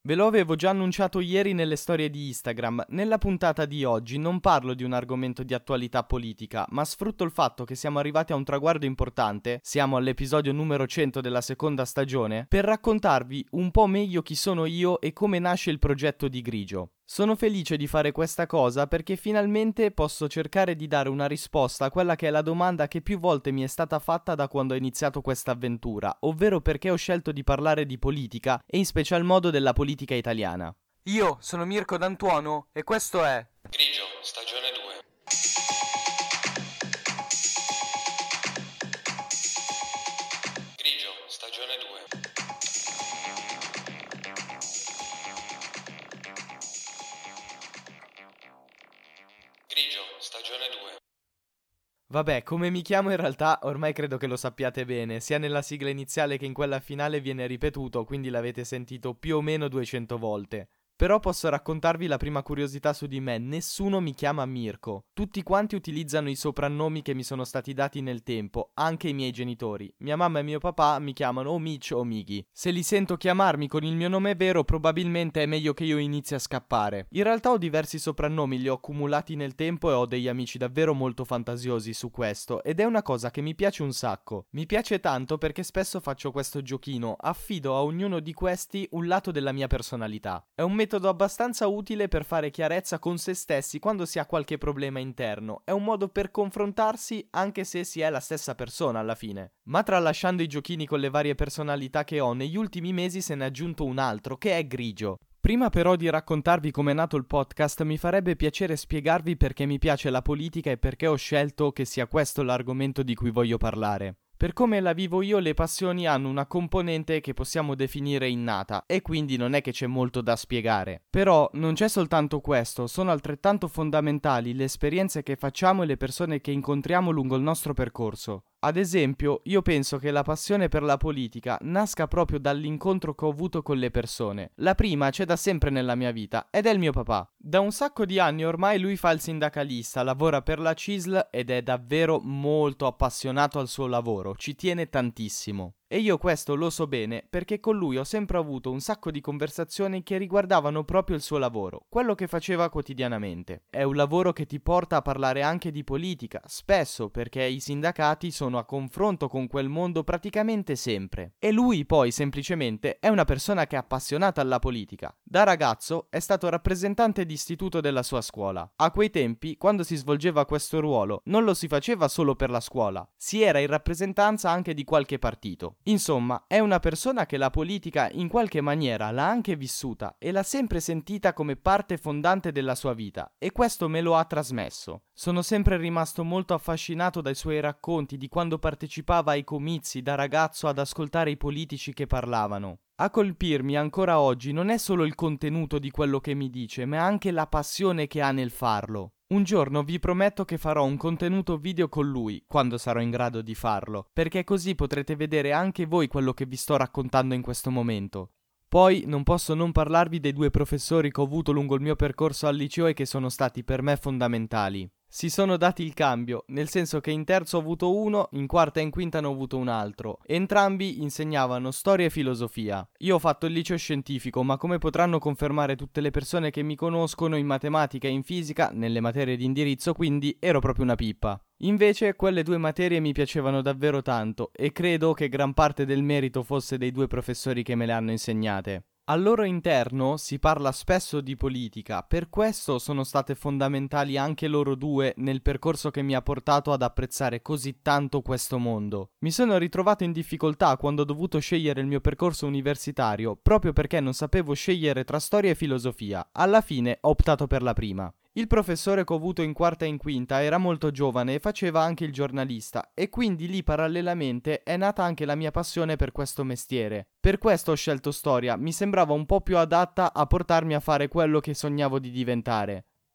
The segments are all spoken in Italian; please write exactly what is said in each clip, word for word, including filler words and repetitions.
Ve lo avevo già annunciato ieri nelle storie di Instagram. Nella puntata di oggi non parlo di un argomento di attualità politica, ma sfrutto il fatto che siamo arrivati a un traguardo importante, siamo all'episodio numero cento della seconda stagione, per raccontarvi un po' meglio chi sono io e come nasce il progetto di Grigio. Sono felice di fare questa cosa perché finalmente posso cercare di dare una risposta a quella che è la domanda che più volte mi è stata fatta da quando ho iniziato questa avventura, ovvero perché ho scelto di parlare di politica e in special modo della politica italiana. Io sono Mirko D'Antuono e questo è Grigio, stagione due. Grigio, stagione due. Grigio, stagione due. Vabbè, come mi chiamo in realtà ormai credo che lo sappiate bene, sia nella sigla iniziale che in quella finale viene ripetuto, quindi l'avete sentito più o meno duecento volte. Però posso raccontarvi la prima curiosità su di me: nessuno mi chiama Mirko. Tutti quanti utilizzano i soprannomi che mi sono stati dati nel tempo, anche i miei genitori. Mia mamma e mio papà mi chiamano o Mitch o Miggy. Se li sento chiamarmi con il mio nome vero, probabilmente è meglio che io inizi a scappare. In realtà ho diversi soprannomi, li ho accumulati nel tempo e ho degli amici davvero molto fantasiosi su questo, ed è una cosa che mi piace un sacco. Mi piace tanto perché spesso faccio questo giochino, affido a ognuno di questi un lato della mia personalità. È un metodo abbastanza utile per fare chiarezza con se stessi quando si ha qualche problema interno. È un modo per confrontarsi anche se si è la stessa persona alla fine. Ma tralasciando i giochini con le varie personalità che ho, negli ultimi mesi se ne è aggiunto un altro, che è Grigio. Prima però di raccontarvi come è nato il podcast, mi farebbe piacere spiegarvi perché mi piace la politica e perché ho scelto che sia questo l'argomento di cui voglio parlare. Per come la vivo io, le passioni hanno una componente che possiamo definire innata e quindi non è che c'è molto da spiegare. Però non c'è soltanto questo, sono altrettanto fondamentali le esperienze che facciamo e le persone che incontriamo lungo il nostro percorso. Ad esempio, io penso che la passione per la politica nasca proprio dall'incontro che ho avuto con le persone. La prima c'è da sempre nella mia vita ed è il mio papà. Da un sacco di anni ormai lui fa il sindacalista, lavora per la C I S L ed è davvero molto appassionato al suo lavoro, ci tiene tantissimo. E io questo lo so bene perché con lui ho sempre avuto un sacco di conversazioni che riguardavano proprio il suo lavoro, quello che faceva quotidianamente. È un lavoro che ti porta a parlare anche di politica, spesso perché i sindacati sono a confronto con quel mondo praticamente sempre. E lui poi semplicemente è una persona che è appassionata alla politica. Da ragazzo è stato rappresentante di istituto della sua scuola. A quei tempi, quando si svolgeva questo ruolo, non lo si faceva solo per la scuola, si era in rappresentanza anche di qualche partito. Insomma, è una persona che la politica in qualche maniera l'ha anche vissuta e l'ha sempre sentita come parte fondante della sua vita, e questo me lo ha trasmesso. Sono sempre rimasto molto affascinato dai suoi racconti di quando partecipava ai comizi da ragazzo ad ascoltare i politici che parlavano. A colpirmi ancora oggi non è solo il contenuto di quello che mi dice, ma anche la passione che ha nel farlo. Un giorno vi prometto che farò un contenuto video con lui, quando sarò in grado di farlo, perché così potrete vedere anche voi quello che vi sto raccontando in questo momento. Poi non posso non parlarvi dei due professori che ho avuto lungo il mio percorso al liceo e che sono stati per me fondamentali. Si sono dati il cambio, nel senso che in terzo ho avuto uno, in quarta e in quinta ne ho avuto un altro. Entrambi insegnavano storia e filosofia. Io ho fatto il liceo scientifico, ma come potranno confermare tutte le persone che mi conoscono, in matematica e in fisica, nelle materie di indirizzo, quindi ero proprio una pippa. Invece quelle due materie mi piacevano davvero tanto e credo che gran parte del merito fosse dei due professori che me le hanno insegnate. Al loro interno si parla spesso di politica, per questo sono state fondamentali anche loro due nel percorso che mi ha portato ad apprezzare così tanto questo mondo. Mi sono ritrovato in difficoltà quando ho dovuto scegliere il mio percorso universitario, proprio perché non sapevo scegliere tra storia e filosofia. Alla fine ho optato per la prima. Il professore che ho avuto in quarta e in quinta era molto giovane e faceva anche il giornalista, e quindi lì parallelamente è nata anche la mia passione per questo mestiere. Per questo ho scelto storia, mi sembrava un po' più adatta a portarmi a fare quello che sognavo di diventare.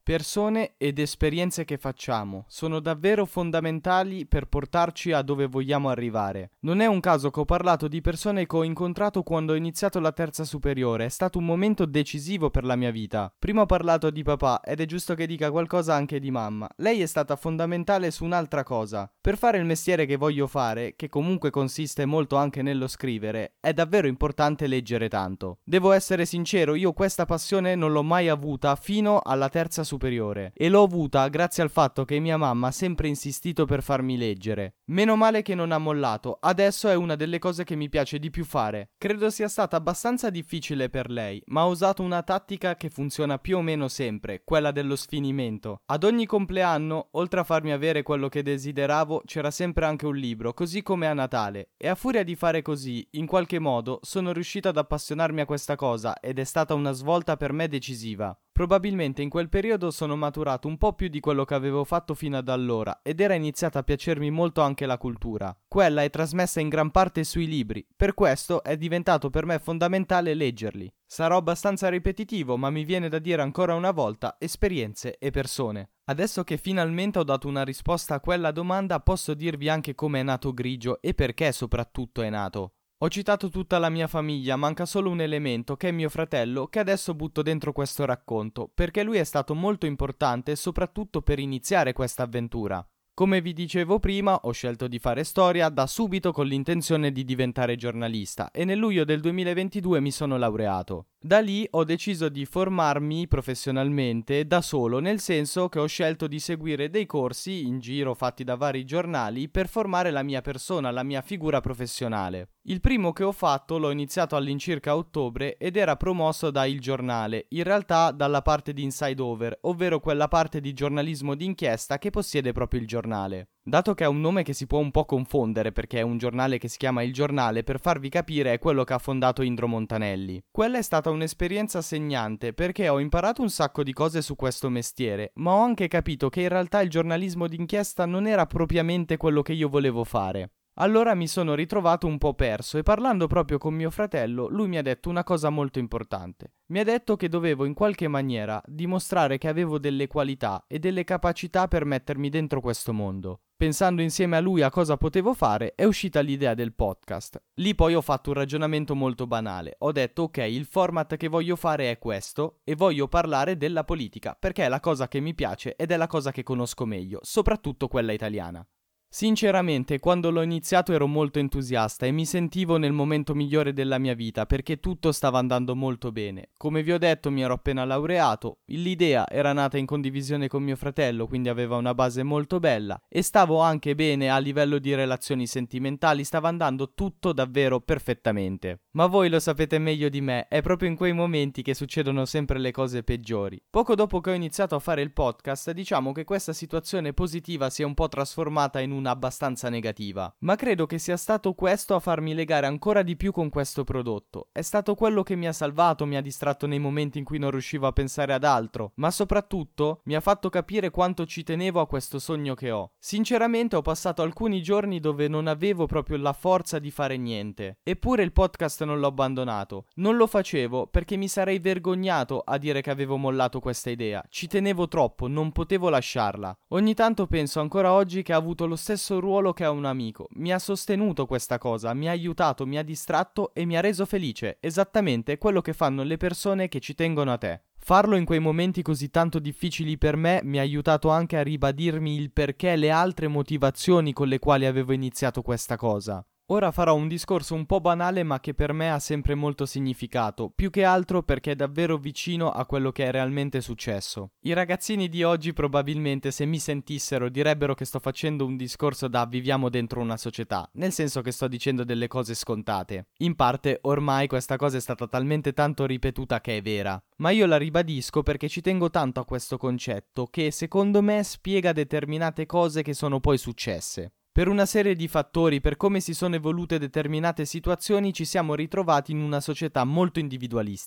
Persone ed esperienze che facciamo sono davvero fondamentali per portarci a dove vogliamo arrivare. Non è un caso che ho parlato di persone che ho incontrato quando ho iniziato la terza superiore, è stato un momento decisivo per la mia vita. Prima ho parlato di papà ed è giusto che dica qualcosa anche di mamma. Lei è stata fondamentale su un'altra cosa. Per fare il mestiere che voglio fare, che comunque consiste molto anche nello scrivere, è davvero importante leggere tanto. Devo essere sincero, io questa passione non l'ho mai avuta fino alla terza superiore e l'ho avuta grazie al fatto che mia mamma ha sempre insistito per farmi leggere. Meno male che non ha mollato, adesso è una delle cose che mi piace di più fare. Credo sia stata abbastanza difficile per lei, ma ha usato una tattica che funziona più o meno sempre, quella dello sfinimento. Ad ogni compleanno, oltre a farmi avere quello che desideravo, c'era sempre anche un libro, così come a Natale, e a furia di fare così, in qualche modo, sono riuscito ad appassionarmi a questa cosa ed è stata una svolta per me decisiva. Probabilmente in quel periodo sono maturato un po' più di quello che avevo fatto fino ad allora ed era iniziata a piacermi molto anche la cultura. Quella è trasmessa in gran parte sui libri, per questo è diventato per me fondamentale leggerli. Sarò abbastanza ripetitivo, ma mi viene da dire ancora una volta esperienze e persone. Adesso che finalmente ho dato una risposta a quella domanda, posso dirvi anche come è nato Grigio e perché soprattutto è nato. Ho citato tutta la mia famiglia, manca solo un elemento che è mio fratello, che adesso butto dentro questo racconto, perché lui è stato molto importante soprattutto per iniziare questa avventura. Come vi dicevo prima, ho scelto di fare storia da subito con l'intenzione di diventare giornalista e nel luglio del duemilaventidue mi sono laureato. Da lì ho deciso di formarmi professionalmente da solo, nel senso che ho scelto di seguire dei corsi in giro fatti da vari giornali per formare la mia persona, la mia figura professionale. Il primo che ho fatto l'ho iniziato all'incirca a ottobre ed era promosso da Il Giornale, in realtà dalla parte di Inside Over, ovvero quella parte di giornalismo d'inchiesta che possiede proprio il giornale. Dato che è un nome che si può un po' confondere perché è un giornale che si chiama Il Giornale, per farvi capire è quello che ha fondato Indro Montanelli. Quella è stata un'esperienza segnante perché ho imparato un sacco di cose su questo mestiere, ma ho anche capito che in realtà il giornalismo d'inchiesta non era propriamente quello che io volevo fare. Allora mi sono ritrovato un po' perso e parlando proprio con mio fratello, lui mi ha detto una cosa molto importante. Mi ha detto che dovevo in qualche maniera dimostrare che avevo delle qualità e delle capacità per mettermi dentro questo mondo. Pensando insieme a lui a cosa potevo fare, è uscita l'idea del podcast. Lì poi ho fatto un ragionamento molto banale. Ho detto ok, il format che voglio fare è questo e voglio parlare della politica, perché è la cosa che mi piace ed è la cosa che conosco meglio, soprattutto quella italiana. Sinceramente, quando l'ho iniziato ero molto entusiasta e mi sentivo nel momento migliore della mia vita perché tutto stava andando molto bene. Come vi ho detto, mi ero appena laureato, l'idea era nata in condivisione con mio fratello, quindi aveva una base molto bella e stavo anche bene a livello di relazioni sentimentali, stava andando tutto davvero perfettamente. Ma voi lo sapete meglio di me, è proprio in quei momenti che succedono sempre le cose peggiori. Poco dopo che ho iniziato a fare il podcast, diciamo che questa situazione positiva si è un po' trasformata in un abbastanza negativa, ma credo che sia stato questo a farmi legare ancora di più con questo prodotto. È stato quello che mi ha salvato, mi ha distratto nei momenti in cui non riuscivo a pensare ad altro, ma soprattutto mi ha fatto capire quanto ci tenevo a questo sogno che ho. Sinceramente ho passato alcuni giorni dove non avevo proprio la forza di fare niente, eppure il podcast non l'ho abbandonato. Non lo facevo perché mi sarei vergognato a dire che avevo mollato questa idea, ci tenevo troppo, non potevo lasciarla. Ogni tanto penso ancora oggi che ha avuto lo stesso ruolo che ha un amico, mi ha sostenuto questa cosa, mi ha aiutato, mi ha distratto e mi ha reso felice, esattamente quello che fanno le persone che ci tengono a te. Farlo in quei momenti così tanto difficili per me mi ha aiutato anche a ribadirmi il perché e le altre motivazioni con le quali avevo iniziato questa cosa. Ora farò un discorso un po' banale ma che per me ha sempre molto significato, più che altro perché è davvero vicino a quello che è realmente successo. I ragazzini di oggi probabilmente se mi sentissero direbbero che sto facendo un discorso da viviamo dentro una società, nel senso che sto dicendo delle cose scontate. In parte ormai questa cosa è stata talmente tanto ripetuta che è vera, ma io la ribadisco perché ci tengo tanto a questo concetto che secondo me spiega determinate cose che sono poi successe. Per una serie di fattori, per come si sono evolute determinate situazioni, ci siamo ritrovati in una società molto individualistica.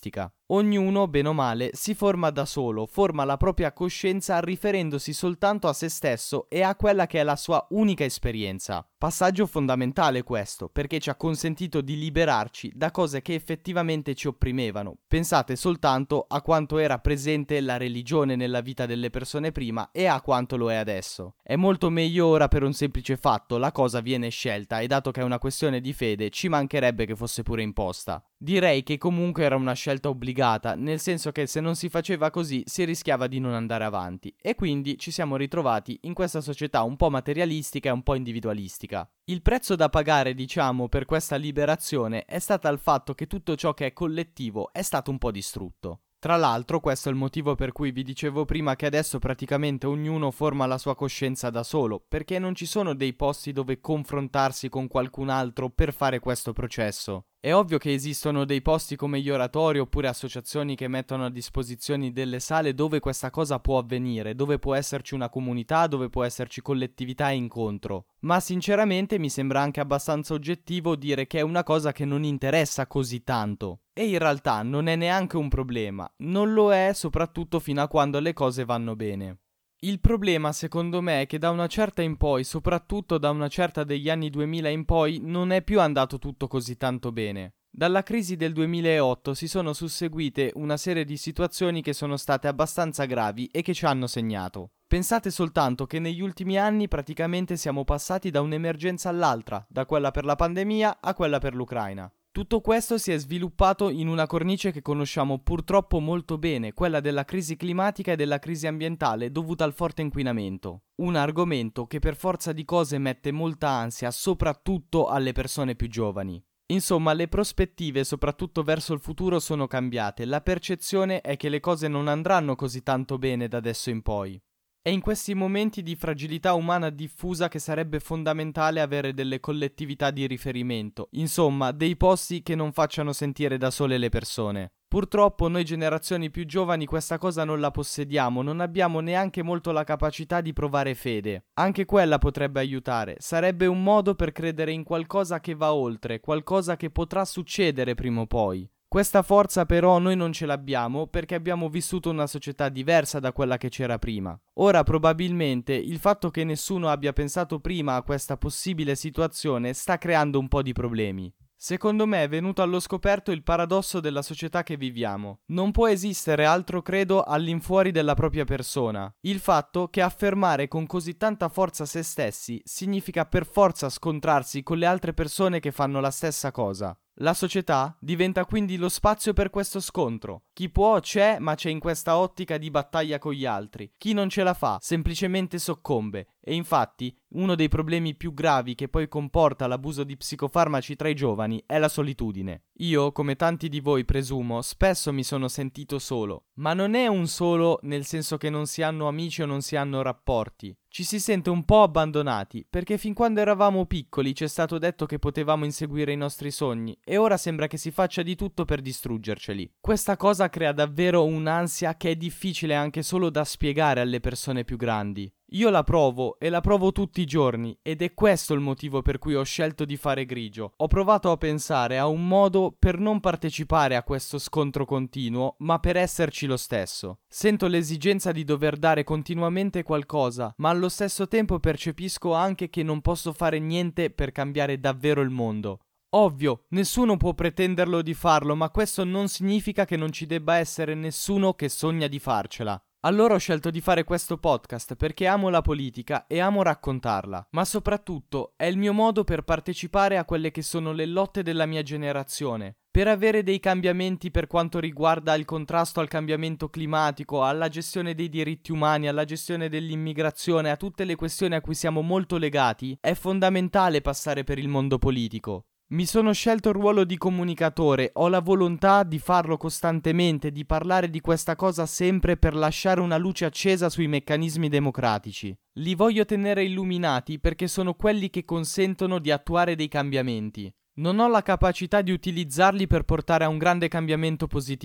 Ognuno, bene o male, si forma da solo, forma la propria coscienza riferendosi soltanto a se stesso e a quella che è la sua unica esperienza. Passaggio fondamentale questo, perché ci ha consentito di liberarci da cose che effettivamente ci opprimevano. Pensate soltanto a quanto era presente la religione nella vita delle persone prima e a quanto lo è adesso. È molto meglio ora per un semplice fatto, la cosa viene scelta e dato che è una questione di fede ci mancherebbe che fosse pure imposta. Direi che comunque era una scelta obbligata, nel senso che se non si faceva così si rischiava di non andare avanti e quindi ci siamo ritrovati in questa società un po' materialistica e un po' individualistica. Il prezzo da pagare, diciamo, per questa liberazione è stato il fatto che tutto ciò che è collettivo è stato un po' distrutto. Tra l'altro, questo è il motivo per cui vi dicevo prima che adesso praticamente ognuno forma la sua coscienza da solo, perché non ci sono dei posti dove confrontarsi con qualcun altro per fare questo processo. È ovvio che esistono dei posti come gli oratori oppure associazioni che mettono a disposizione delle sale dove questa cosa può avvenire, dove può esserci una comunità, dove può esserci collettività e incontro. Ma sinceramente mi sembra anche abbastanza oggettivo dire che è una cosa che non interessa così tanto. E in realtà non è neanche un problema, non lo è soprattutto fino a quando le cose vanno bene. Il problema secondo me è che da una certa in poi, soprattutto da una certa degli anni duemila in poi, non è più andato tutto così tanto bene. Dalla crisi del duemilaotto si sono susseguite una serie di situazioni che sono state abbastanza gravi e che ci hanno segnato. Pensate soltanto che negli ultimi anni praticamente siamo passati da un'emergenza all'altra, da quella per la pandemia a quella per l'Ucraina. Tutto questo si è sviluppato in una cornice che conosciamo purtroppo molto bene, quella della crisi climatica e della crisi ambientale dovuta al forte inquinamento. Un argomento che per forza di cose mette molta ansia soprattutto alle persone più giovani. Insomma, le prospettive, soprattutto verso il futuro, sono cambiate. La percezione è che le cose non andranno così tanto bene da adesso in poi. È in questi momenti di fragilità umana diffusa che sarebbe fondamentale avere delle collettività di riferimento, insomma, dei posti che non facciano sentire da sole le persone. Purtroppo noi generazioni più giovani questa cosa non la possediamo, non abbiamo neanche molto la capacità di provare fede. Anche quella potrebbe aiutare, sarebbe un modo per credere in qualcosa che va oltre, qualcosa che potrà succedere prima o poi. Questa forza però noi non ce l'abbiamo perché abbiamo vissuto una società diversa da quella che c'era prima. Ora probabilmente il fatto che nessuno abbia pensato prima a questa possibile situazione sta creando un po' di problemi. Secondo me è venuto allo scoperto il paradosso della società che viviamo. Non può esistere altro credo all'infuori della propria persona. Il fatto che affermare con così tanta forza se stessi significa per forza scontrarsi con le altre persone che fanno la stessa cosa. La società diventa quindi lo spazio per questo scontro. Chi può c'è, ma c'è in questa ottica di battaglia con gli altri. Chi non ce la fa semplicemente soccombe. E infatti uno dei problemi più gravi che poi comporta l'abuso di psicofarmaci tra i giovani è la solitudine. Io, come tanti di voi presumo, spesso mi sono sentito solo. Ma non è un solo nel senso che non si hanno amici o non si hanno rapporti. Ci si sente un po' abbandonati, perché fin quando eravamo piccoli ci è stato detto che potevamo inseguire i nostri sogni, e ora sembra che si faccia di tutto per distruggerceli. Questa cosa crea davvero un'ansia che è difficile anche solo da spiegare alle persone più grandi. Io la provo e la provo tutti i giorni ed è questo il motivo per cui ho scelto di fare Grigio. Ho provato a pensare a un modo per non partecipare a questo scontro continuo, ma per esserci lo stesso. Sento l'esigenza di dover dare continuamente qualcosa, ma allo stesso tempo percepisco anche che non posso fare niente per cambiare davvero il mondo. Ovvio, nessuno può pretenderlo di farlo, ma questo non significa che non ci debba essere nessuno che sogna di farcela. Allora ho scelto di fare questo podcast perché amo la politica e amo raccontarla, ma soprattutto è il mio modo per partecipare a quelle che sono le lotte della mia generazione, per avere dei cambiamenti per quanto riguarda il contrasto al cambiamento climatico, alla gestione dei diritti umani, alla gestione dell'immigrazione, a tutte le questioni a cui siamo molto legati. È fondamentale passare per il mondo politico. Mi sono scelto il ruolo di comunicatore, ho la volontà di farlo costantemente, di parlare di questa cosa sempre per lasciare una luce accesa sui meccanismi democratici. Li voglio tenere illuminati perché sono quelli che consentono di attuare dei cambiamenti. Non ho la capacità di utilizzarli per portare a un grande cambiamento positivo.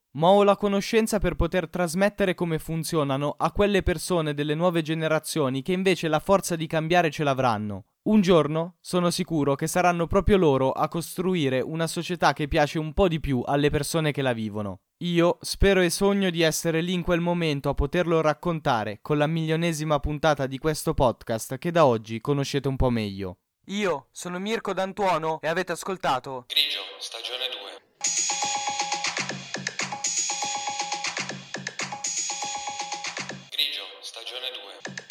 ma ho la conoscenza per poter trasmettere come funzionano a quelle persone delle nuove generazioni che invece la forza di cambiare ce l'avranno. Un giorno sono sicuro che saranno proprio loro a costruire una società che piace un po' di più alle persone che la vivono. Io spero e sogno di essere lì in quel momento a poterlo raccontare con la milionesima puntata di questo podcast che da oggi conoscete un po' meglio. Io sono Mirko D'Antuono e avete ascoltato Grigio, stagione due. Grigio, stagione due.